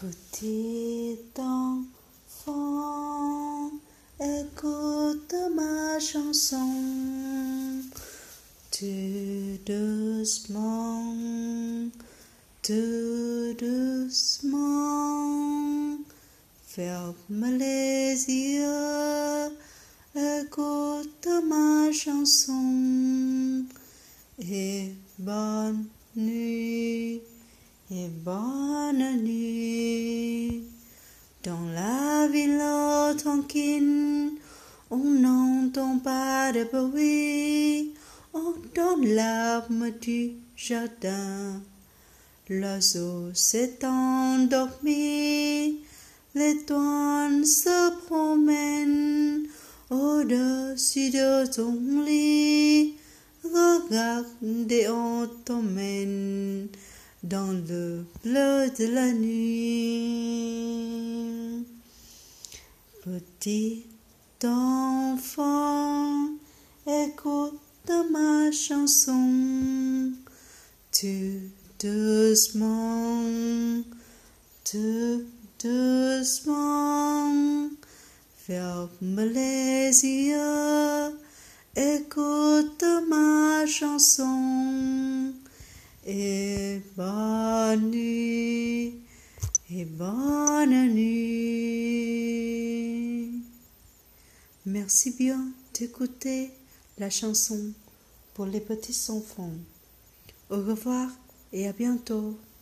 Petit enfant, écoute ma chanson. Tout doucement, ferme les yeux, écoute ma chanson. Et bonne nuit. Et bonne nuit. Dans la ville tranquille, on n'entend pas de bruit. Dans l'arbre du jardin, l'oiseau s'est endormi. L'étoile se promène au-dessus de ton lit. Regardez, on t'emmène dans le bleu de la nuit. Petit enfant, écoute ma chanson. Tout doucement, ferme les yeux, écoute ma chanson. Et bonne nuit, et bonne nuit. Merci bien d'écouter la chanson pour les petits enfants. Au revoir et à bientôt.